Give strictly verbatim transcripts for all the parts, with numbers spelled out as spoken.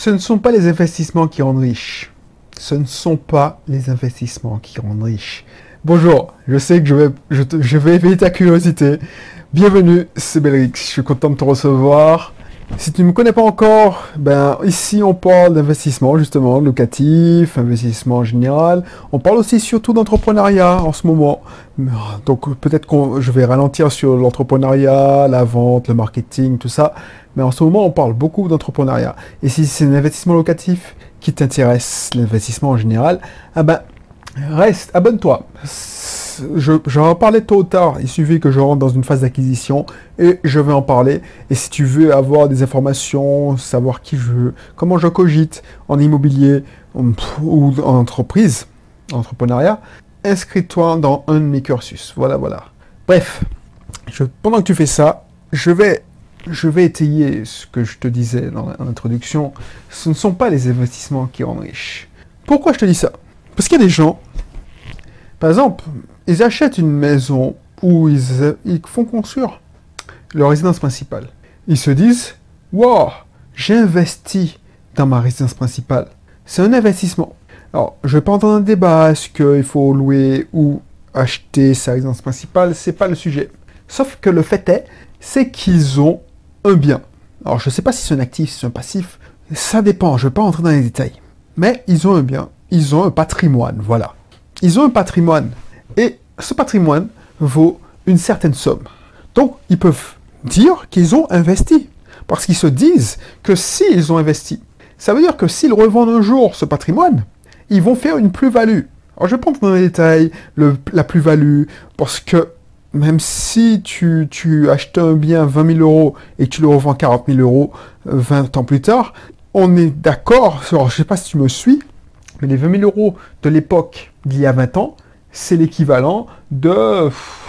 Ce ne sont pas les investissements qui rendent riches. Ce ne sont pas les investissements qui rendent riches. Bonjour, je sais que je vais, je, te, je vais éveiller ta curiosité. Bienvenue, c'est Belrix, je suis content de te recevoir. Si tu ne me connais pas encore, ben ici on parle d'investissement justement, locatif, investissement en général. On parle aussi surtout d'entrepreneuriat en ce moment. Donc peut-être que je vais ralentir sur l'entrepreneuriat, la vente, le marketing, tout ça. Mais en ce moment on parle beaucoup d'entrepreneuriat. Et si c'est l'investissement locatif qui t'intéresse, l'investissement en général, ah ben reste, abonne-toi. Je, je vais en parler tôt ou tard, il suffit que je rentre dans une phase d'acquisition et je vais en parler. Et si tu veux avoir des informations, savoir qui je veux, comment je cogite en immobilier ou en entreprise, en entrepreneuriat, inscris-toi dans un de mes cursus. Voilà, voilà. Bref, je, pendant que tu fais ça, je vais, je vais étayer ce que je te disais dans l'introduction. Ce ne sont pas les investissements qui rendent riches. Pourquoi je te dis ça? Parce qu'il y a des gens, par exemple, ils achètent une maison où ils, ils font construire leur résidence principale. Ils se disent « Wow, j'ai investi dans ma résidence principale. » C'est un investissement. Alors, je ne vais pas entendre un débat, est-ce qu'il faut louer ou acheter sa résidence principale, c'est pas le sujet. Sauf que le fait est, c'est qu'ils ont un bien. Alors, je ne sais pas si c'est un actif, si c'est un passif, ça dépend, je ne vais pas entrer dans les détails. Mais ils ont un bien, ils ont un patrimoine, voilà. Ils ont un patrimoine. Et ce patrimoine vaut une certaine somme. Donc, ils peuvent dire qu'ils ont investi. Parce qu'ils se disent que s'ils ont investi, ça veut dire que s'ils revendent un jour ce patrimoine, ils vont faire une plus-value. Alors, je vais pas entrer dans les détails, le, la plus-value, parce que même si tu, tu achètes un bien vingt mille euros et que tu le revends quarante mille euros vingt ans plus tard, on est d'accord, je ne sais pas si tu me suis, mais les vingt mille euros de l'époque d'il y a vingt ans, c'est l'équivalent de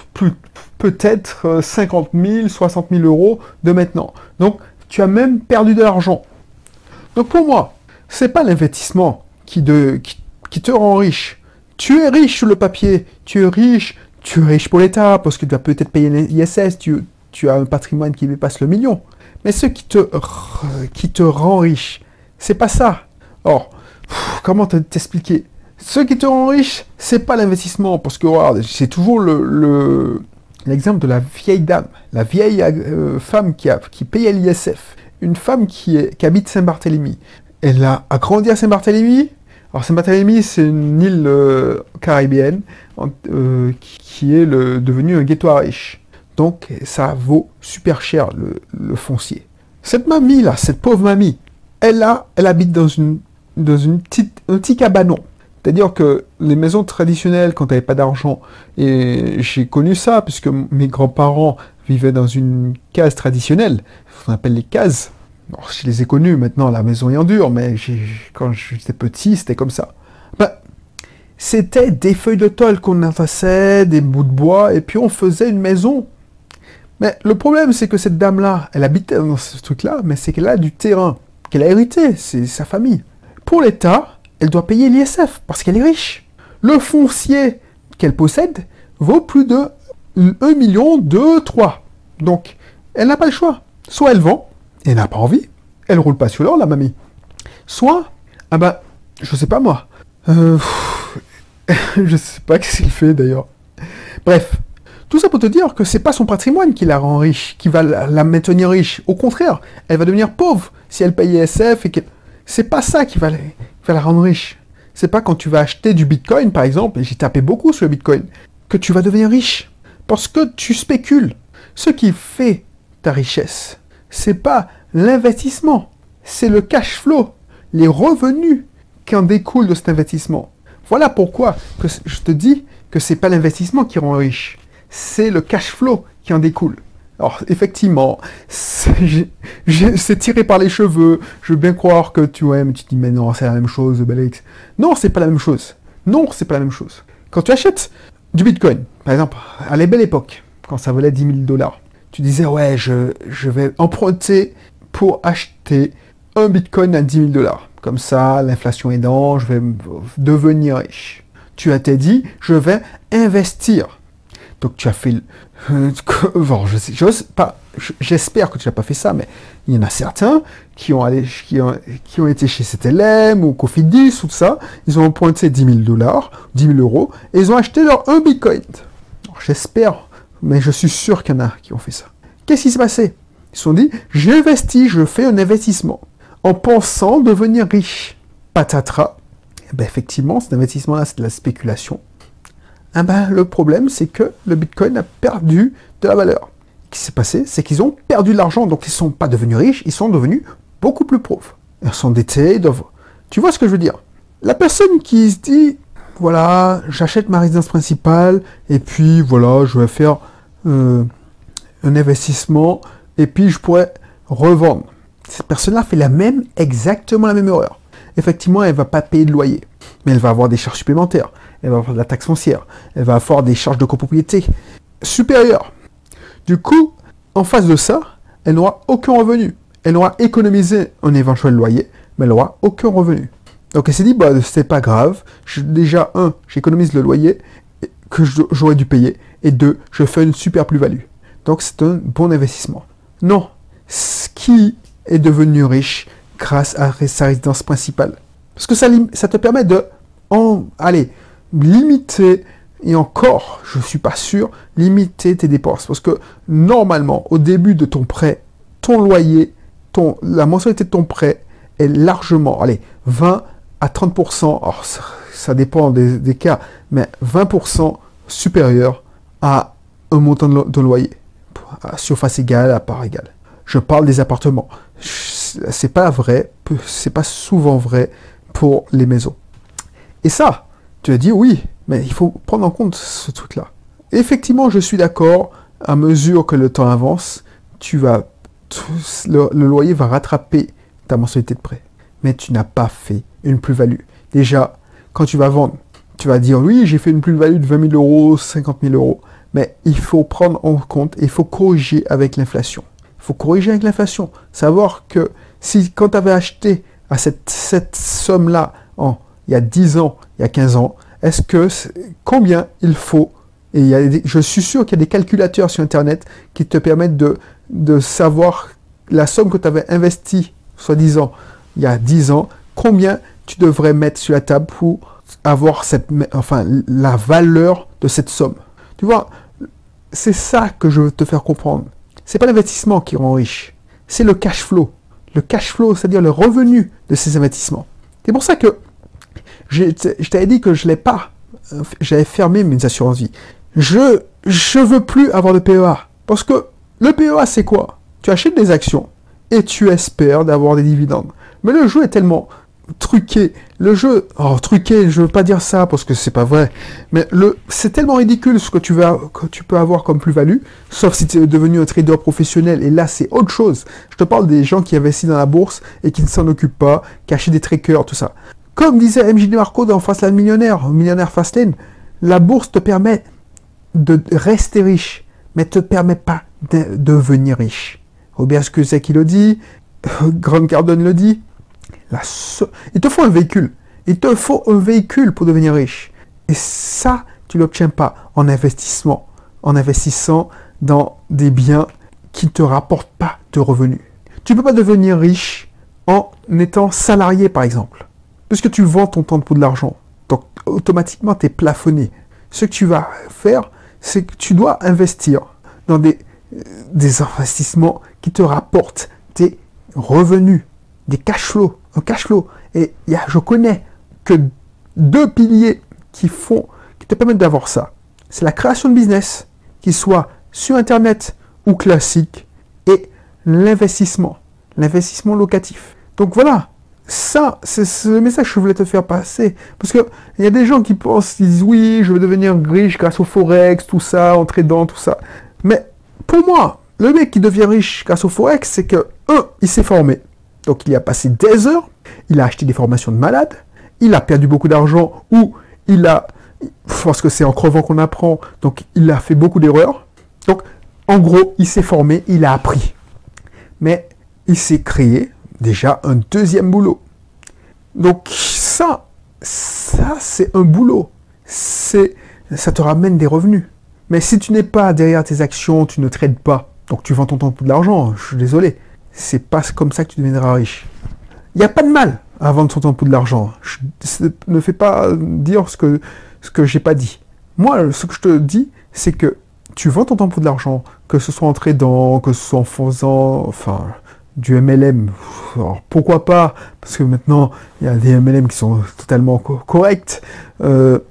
peut-être cinquante mille, soixante mille euros de maintenant. Donc, tu as même perdu de l'argent. Donc, pour moi, c'est pas l'investissement qui, qui, qui te rend riche. Tu es riche sur le papier, tu es riche, tu es riche pour l'État, parce que tu vas peut-être payer l'I S S, tu, tu as un patrimoine qui dépasse le million. Mais ce qui te, qui te rend riche, c'est pas ça. Or, comment t'expliquer? Ce qui te rend riche, c'est pas l'investissement, parce que regarde, c'est toujours le, le, l'exemple de la vieille dame, la vieille euh, femme qui, a, qui payait l'I S F, une femme qui, est, qui habite Saint-Barthélemy. Elle a, a grandi à Saint-Barthélemy. Alors Saint-Barthélemy, c'est une île euh, caribéenne euh, qui, qui est le, devenue un ghetto à riches. Donc ça vaut super cher le, le foncier. Cette mamie là, cette pauvre mamie, elle a, elle habite dans une dans une petite, un petit cabanon. C'est-à-dire que les maisons traditionnelles, quand tu n'avais pas d'argent, et j'ai connu ça, puisque mes grands-parents vivaient dans une case traditionnelle, ce qu'on appelle les cases. Bon, je les ai connus, maintenant la maison est en dur, mais quand j'étais petit, c'était comme ça. Ben, c'était des feuilles de tôle qu'on entassait, des bouts de bois, et puis on faisait une maison. Mais le problème, c'est que cette dame-là, elle habitait dans ce truc-là, mais c'est qu'elle a du terrain, qu'elle a hérité, c'est sa famille. Pour l'État, elle doit payer l'I S F parce qu'elle est riche. Le foncier qu'elle possède vaut plus de un million deux, trois. Donc, elle n'a pas le choix. Soit elle vend, et elle n'a pas envie, elle roule pas sur l'or, la mamie. Soit, ah ben, je sais pas moi. Euh, je sais pas ce qu'il fait d'ailleurs. Bref, tout ça pour te dire que c'est pas son patrimoine qui la rend riche, qui va la, la maintenir riche. Au contraire, elle va devenir pauvre si elle paye l'I S F et qu'elle... C'est pas ça qui va, qui va la rendre riche. C'est pas quand tu vas acheter du Bitcoin, par exemple, et j'ai tapé beaucoup sur le Bitcoin, que tu vas devenir riche. Parce que tu spécules. Ce qui fait ta richesse, c'est pas l'investissement, c'est le cash flow, les revenus qui en découlent de cet investissement. Voilà pourquoi que je te dis que c'est pas l'investissement qui rend riche, c'est le cash flow qui en découle. Alors, effectivement, c'est tiré par les cheveux. Je veux bien croire que tu aimes, tu te dis, mais non, c'est la même chose, Belrix. Non, c'est pas la même chose. Non, c'est pas la même chose. Quand tu achètes du Bitcoin, par exemple, à la belle époque, quand ça valait dix mille dollars, tu disais, ouais, je, je vais emprunter pour acheter un Bitcoin à dix mille dollars. Comme ça, l'inflation aidant, je vais devenir riche. Tu as dit, je vais investir. Donc tu as fait... Euh, bon, je sais, j'ose pas, j'espère que tu n'as pas fait ça, mais il y en a certains qui ont, allé, qui ont, qui ont été chez C T L M ou Cofidis ou tout ça, ils ont emprunté dix mille dollars, dix mille euros, et ils ont acheté leur un bitcoin. J'espère, mais je suis sûr qu'il y en a qui ont fait ça. Qu'est-ce qui s'est passé? Ils se sont dit, j'investis, je fais un investissement, en pensant devenir riche. Patatras. Eh ben, effectivement, cet investissement-là, c'est de la spéculation. Eh ben, le problème, c'est que le Bitcoin a perdu de la valeur. Ce qui s'est passé, c'est qu'ils ont perdu de l'argent, donc ils ne sont pas devenus riches, ils sont devenus beaucoup plus pauvres. Ils sont endettés, ils doivent... Tu vois ce que je veux dire? La personne qui se dit, voilà, j'achète ma résidence principale, et puis voilà, je vais faire euh, un investissement, et puis je pourrais revendre. Cette personne-là fait la même, exactement la même erreur. Effectivement, elle ne va pas payer de loyer, mais elle va avoir des charges supplémentaires. Elle va avoir de la taxe foncière, elle va avoir des charges de copropriété supérieures. Du coup, en face de ça, elle n'aura aucun revenu. Elle aura économisé un éventuel loyer, mais elle n'aura aucun revenu. Donc elle s'est dit, bah, c'est pas grave, je, déjà, un, j'économise le loyer que j'aurais dû payer, et deux, je fais une super plus-value. Donc c'est un bon investissement. Non, ce qui est devenu riche grâce à sa résidence principale. Parce que ça, ça te permet de, en, allez, limiter, et encore, je ne suis pas sûr, limiter tes dépenses. Parce que normalement, au début de ton prêt, ton loyer, ton, la mensualité de ton prêt est largement, allez, vingt à trente pour cent, alors ça, ça dépend des, des cas, mais vingt pour cent supérieur à un montant de, de loyer, à surface égale, à part égale. Je parle des appartements. C'est pas vrai, c'est pas souvent vrai pour les maisons. Et ça, tu as dit oui, mais il faut prendre en compte ce truc-là. Effectivement, je suis d'accord, à mesure que le temps avance, tu vas, le, le loyer va rattraper ta mensualité de prêt. Mais tu n'as pas fait une plus-value. Déjà, quand tu vas vendre, tu vas dire oui, j'ai fait une plus-value de vingt mille euros, cinquante mille euros. Mais il faut prendre en compte, et il faut corriger avec l'inflation. Il faut corriger avec l'inflation. Savoir que si quand tu avais acheté à cette, cette somme-là, en, il y a dix ans, il y a quinze ans, est-ce que, combien il faut, et il y a des, je suis sûr qu'il y a des calculateurs sur Internet qui te permettent de, de savoir la somme que tu avais investie, soi-disant, il y a dix ans, combien tu devrais mettre sur la table pour avoir cette, enfin, la valeur de cette somme. Tu vois, c'est ça que je veux te faire comprendre. C'est pas l'investissement qui rend riche, c'est le cash flow. Le cash flow, c'est-à-dire le revenu de ces investissements. C'est pour ça que je, je t'avais dit que je l'ai pas, j'avais fermé mes assurances vie. Je je veux plus avoir de P E A. Parce que le P E A, c'est quoi? Tu achètes des actions et tu espères d'avoir des dividendes. Mais le jeu est tellement truqué. Le jeu, oh, truqué, je veux pas dire ça parce que c'est pas vrai. Mais le, c'est tellement ridicule ce que tu vas, que tu peux avoir comme plus-value, sauf si tu es devenu un trader professionnel. Et là, c'est autre chose. Je te parle des gens qui investissent dans la bourse et qui ne s'en occupent pas, qui achètent des trackers, tout ça. Comme disait M J DeMarco dans Fastlane Millionnaire, Millionnaire Fastlane, la bourse te permet de rester riche, mais te permet pas de devenir riche. Robert Kiyosaki le dit, Grant Cardone le dit. La so... Il te faut un véhicule. Il te faut un véhicule pour devenir riche. Et ça, tu ne l'obtiens pas en investissement, en investissant dans des biens qui ne te rapportent pas de revenus. Tu ne peux pas devenir riche en étant salarié, par exemple. Puisque tu vends ton temps pour de l'argent. Donc, automatiquement, tu es plafonné. Ce que tu vas faire, c'est que tu dois investir dans des, des investissements qui te rapportent des revenus, des cash flows, un cash flow. Et y a, je connais que deux piliers qui font, qui te permettent d'avoir ça. C'est la création de business, qu'il soit sur Internet ou classique, et l'investissement, l'investissement locatif. Donc voilà, ça, c'est le message que je voulais te faire passer. Parce que il y a des gens qui pensent, ils disent oui, je veux devenir riche grâce au Forex, tout ça, en tradant, tout ça. Mais pour moi, le mec qui devient riche grâce au Forex, c'est que, un, il s'est formé. Donc il y a passé des heures, il a acheté des formations de malade, il a perdu beaucoup d'argent, ou il a, parce que c'est en crevant qu'on apprend, donc il a fait beaucoup d'erreurs. Donc en gros, il s'est formé, il a appris. Mais il s'est créé déjà un deuxième boulot. Donc ça, ça c'est un boulot. C'est, ça te ramène des revenus. Mais si tu n'es pas derrière tes actions, tu ne trades pas, donc tu vends ton temps pour de l'argent, je suis désolé. C'est pas comme ça que tu deviendras riche. Il n'y a pas de mal à vendre son temps pour de l'argent. Je ne fais pas dire ce que, ce que j'ai pas dit. Moi, ce que je te dis, c'est que tu vends ton temps pour de l'argent, que ce soit en tradant, que ce soit en faisant, enfin, du M L M. Alors, pourquoi pas? Parce que maintenant, il y a des M L M qui sont totalement co corrects. Euh,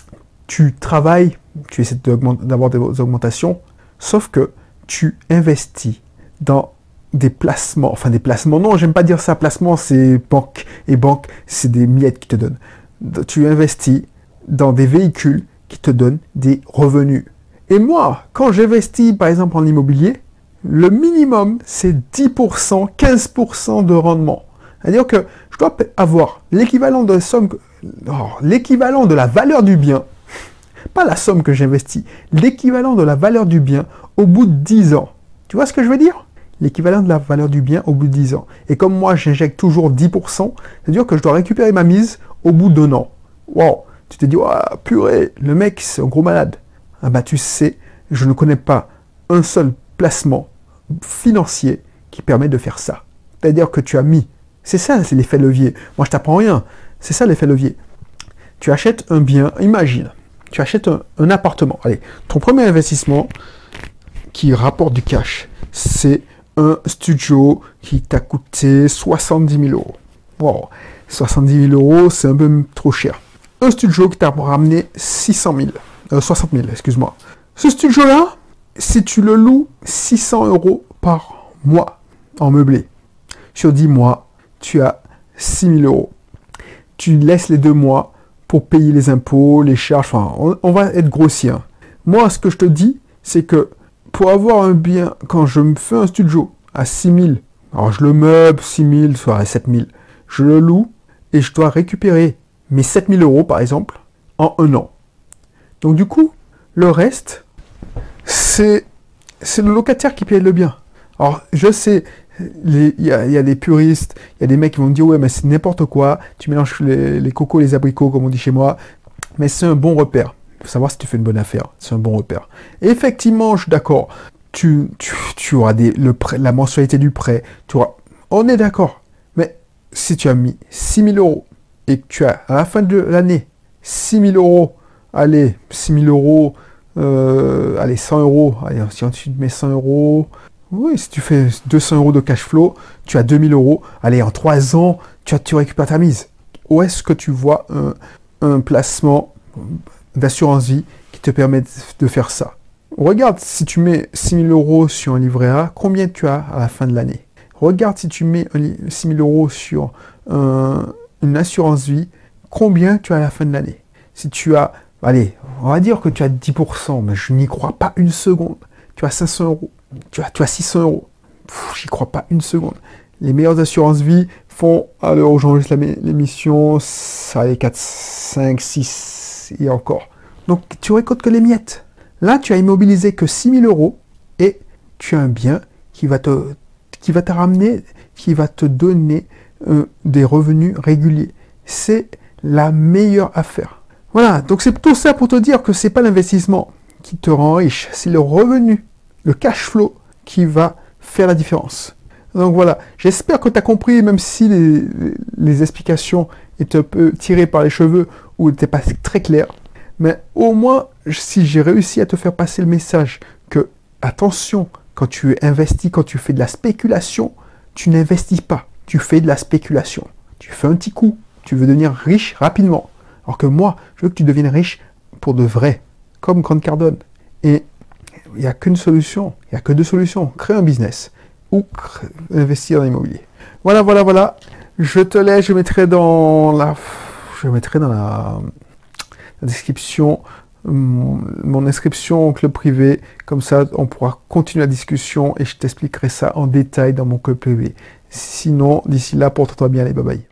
tu travailles, tu essaies d'avoir des augmentations, sauf que tu investis dans des placements, enfin des placements, non, j'aime pas dire ça, placement, c'est banque, et banque, c'est des miettes qui te donnent. Tu investis dans des véhicules qui te donnent des revenus. Et moi, quand j'investis, par exemple, en immobilier, le minimum, c'est dix pour cent, quinze pour cent de rendement. C'est-à-dire que je dois avoir l'équivalent de la somme, oh, l'équivalent de la valeur du bien, pas la somme que j'investis, l'équivalent de la valeur du bien au bout de dix ans. Tu vois ce que je veux dire? L'équivalent de la valeur du bien au bout de dix ans. Et comme moi, j'injecte toujours dix pour cent, c'est-à-dire que je dois récupérer ma mise au bout d'un an. Wow, tu te dis, oh, purée, le mec, c'est un gros malade. Ah bah tu sais, je ne connais pas un seul placement financier qui permet de faire ça. C'est-à-dire que tu as mis, c'est ça, c'est l'effet levier. Moi, je t'apprends rien. C'est ça l'effet levier. Tu achètes un bien, imagine, tu achètes un, un appartement. Allez, ton premier investissement qui rapporte du cash, c'est un studio qui t'a coûté soixante-dix mille euros. Wow, soixante-dix mille euros, c'est un peu trop cher. Un studio qui t'a ramené six cent mille. Euh, soixante mille, excuse-moi. Ce studio-là, si tu le loues six cents euros par mois en meublé, sur dix mois, tu as six mille euros. Tu laisses les deux mois pour payer les impôts, les charges, enfin, on, on va être grossier. Hein. Moi, ce que je te dis, c'est que pour avoir un bien, quand je me fais un studio à six mille, alors je le meuble, six mille, soit à sept mille, je le loue et je dois récupérer mes sept mille euros, par exemple, en un an. Donc du coup, le reste, c'est le locataire qui paye le bien. Alors, je sais, il y, y a des puristes, il y a des mecs qui vont me dire, ouais, mais c'est n'importe quoi, tu mélanges les, les cocos et les abricots, comme on dit chez moi, mais c'est un bon repère. Il faut savoir si tu fais une bonne affaire, c'est un bon repère. Et effectivement, je suis d'accord, tu, tu, tu auras des, le prêt, la mensualité du prêt, tu auras, on est d'accord, mais si tu as mis six mille euros et que tu as, à la fin de l'année, six mille euros, allez, six mille euros, euh, allez, cent euros, allez, si tu mets cent euros, oui, si tu fais deux cents euros de cash flow, tu as deux mille euros, allez, en trois ans, tu, as, tu récupères ta mise. Où est-ce que tu vois un, un placement d'assurance vie qui te permet de faire ça? Regarde, si tu mets six mille euros sur un livret A, combien tu as à la fin de l'année? Regarde, si tu mets six mille euros sur un, une assurance vie, combien tu as à la fin de l'année? Si tu as, allez, on va dire que tu as dix pour cent, mais je n'y crois pas une seconde. Tu as cinq cents euros, tu as, tu as six cents euros. J'y crois pas une seconde. Les meilleures assurances vie font, à l'heure où j'enregistre l'émission, ça est quatre, cinq, six et encore. Donc tu récoltes que les miettes. Là, tu as immobilisé que six mille euros et tu as un bien qui va te, qui va te ramener, qui va te donner euh, des revenus réguliers. C'est la meilleure affaire. Voilà, donc c'est tout ça pour te dire que c'est pas l'investissement qui te rend riche, c'est le revenu, le cash flow qui va faire la différence. Donc voilà, j'espère que tu as compris, même si les, les explications étaient un peu tirées par les cheveux ou n'étaient pas très claires. Mais au moins, si j'ai réussi à te faire passer le message que, attention, quand tu investis, quand tu fais de la spéculation, tu n'investis pas, tu fais de la spéculation. Tu fais un petit coup, tu veux devenir riche rapidement. Alors que moi, je veux que tu deviennes riche pour de vrai, comme Grant Cardone. Et il n'y a qu'une solution, il n'y a que deux solutions. Créer un business ou investir dans l'immobilier. Voilà, voilà, voilà. Je te laisse, je mettrai dans la, je mettrai dans la, la description mon, mon inscription au club privé. Comme ça, on pourra continuer la discussion et je t'expliquerai ça en détail dans mon club privé. Sinon, d'ici là, porte-toi bien, allez, bye bye.